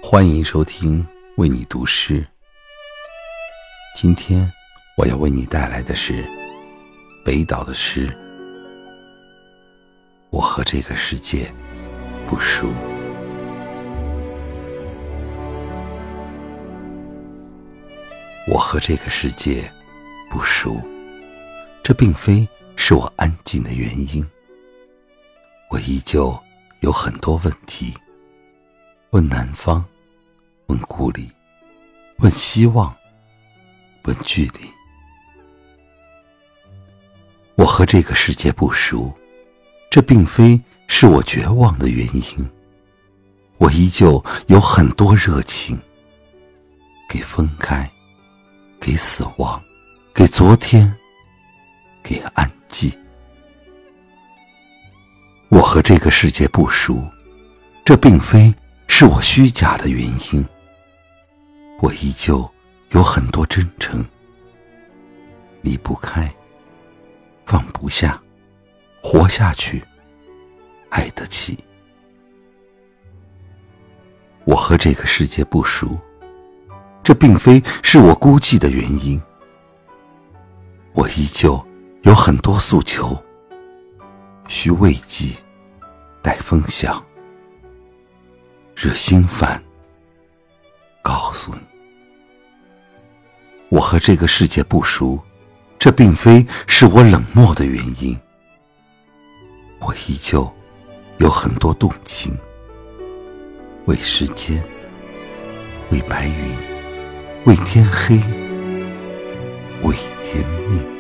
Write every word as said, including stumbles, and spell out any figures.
欢迎收听为你读诗。今天我要为你带来的是北岛的诗。我和这个世界不熟。我和这个世界不熟，这并非是我安静的原因。我依旧有很多问题，问南方，问故里，问希望，问距离。我和这个世界不熟，这并非是我绝望的原因。我依旧有很多热情，给分开，给死亡，给昨天，给安寂。我和这个世界不熟，这并非是我虚假的原因。我依旧有很多真诚，离不开，放不下，活下去，爱得起。我和这个世界不熟，这并非是我孤寂的原因。我依旧有很多诉求，需慰藉，带分享，惹心烦，告诉你。我和这个世界不熟，这并非是我冷漠的原因。我依旧有很多动情，为时间，为白云，为天黑，为天命。